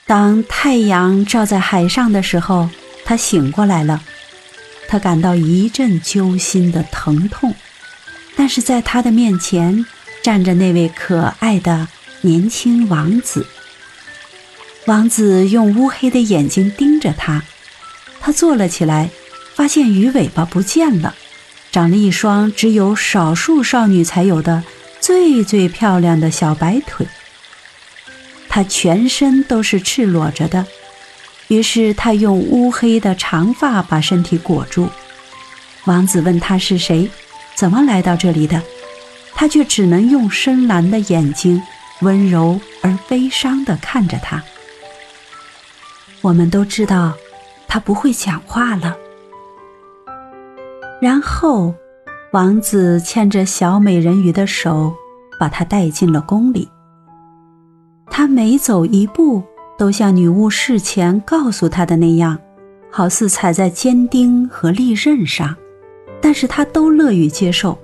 当太阳照在海上的时候，他醒过来了，他感到一阵揪心的疼痛，但是在他的面前站着那位可爱的年轻王子。王子用乌黑的眼睛盯着他，他坐了起来，发现鱼尾巴不见了，长了一双只有少数少女才有的最漂亮的小白腿。他全身都是赤裸着的，于是他用乌黑的长发把身体裹住。王子问他是谁，怎么来到这里的，他却只能用深蓝的眼睛温柔而悲伤地看着他。我们都知道他不会讲话了。然后王子牵着小美人鱼的手，把她带进了宫里。他每走一步都像女巫事前告诉他的那样，好似踩在坚钉和利刃上，但是他都乐于接受。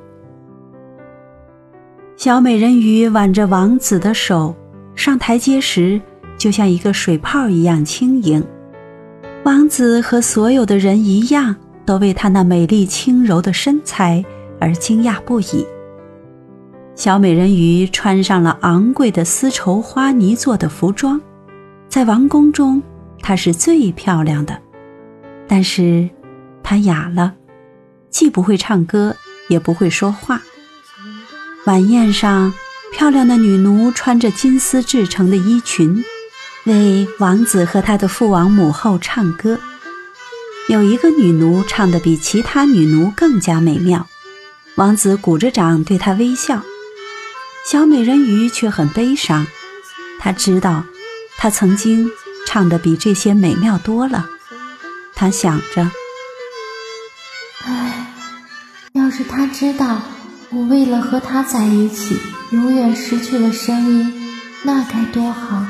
小美人鱼挽着王子的手，上台阶时就像一个水泡一样轻盈。王子和所有的人一样，都为她那美丽轻柔的身材而惊讶不已。小美人鱼穿上了昂贵的丝绸花呢做的服装，在王宫中她是最漂亮的，但是她哑了，既不会唱歌也不会说话。晚宴上，漂亮的女奴穿着金丝制成的衣裙，为王子和他的父王母后唱歌。有一个女奴唱得比其他女奴更加美妙，王子鼓着掌对她微笑。小美人鱼却很悲伤，她知道她曾经唱得比这些美妙多了。她想着， 要是她知道我为了和他在一起永远失去了声音，那该多好。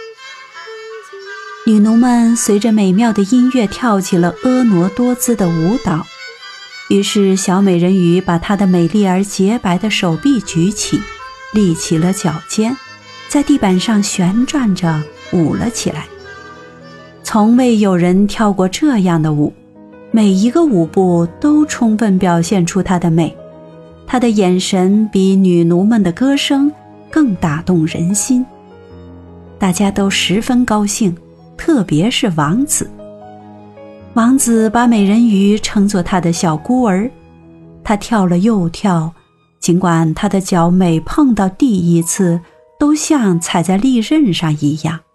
女奴们随着美妙的音乐跳起了婀娜多姿的舞蹈，于是小美人鱼把她的美丽而洁白的手臂举起，立起了脚尖，在地板上旋转着舞了起来。从未有人跳过这样的舞，每一个舞步都充分表现出她的美。她的眼神比女奴们的歌声更打动人心。大家都十分高兴，特别是王子。王子把美人鱼称作他的小孤儿，他跳了又跳，尽管他的脚每碰到地一次都像踩在利刃上一样。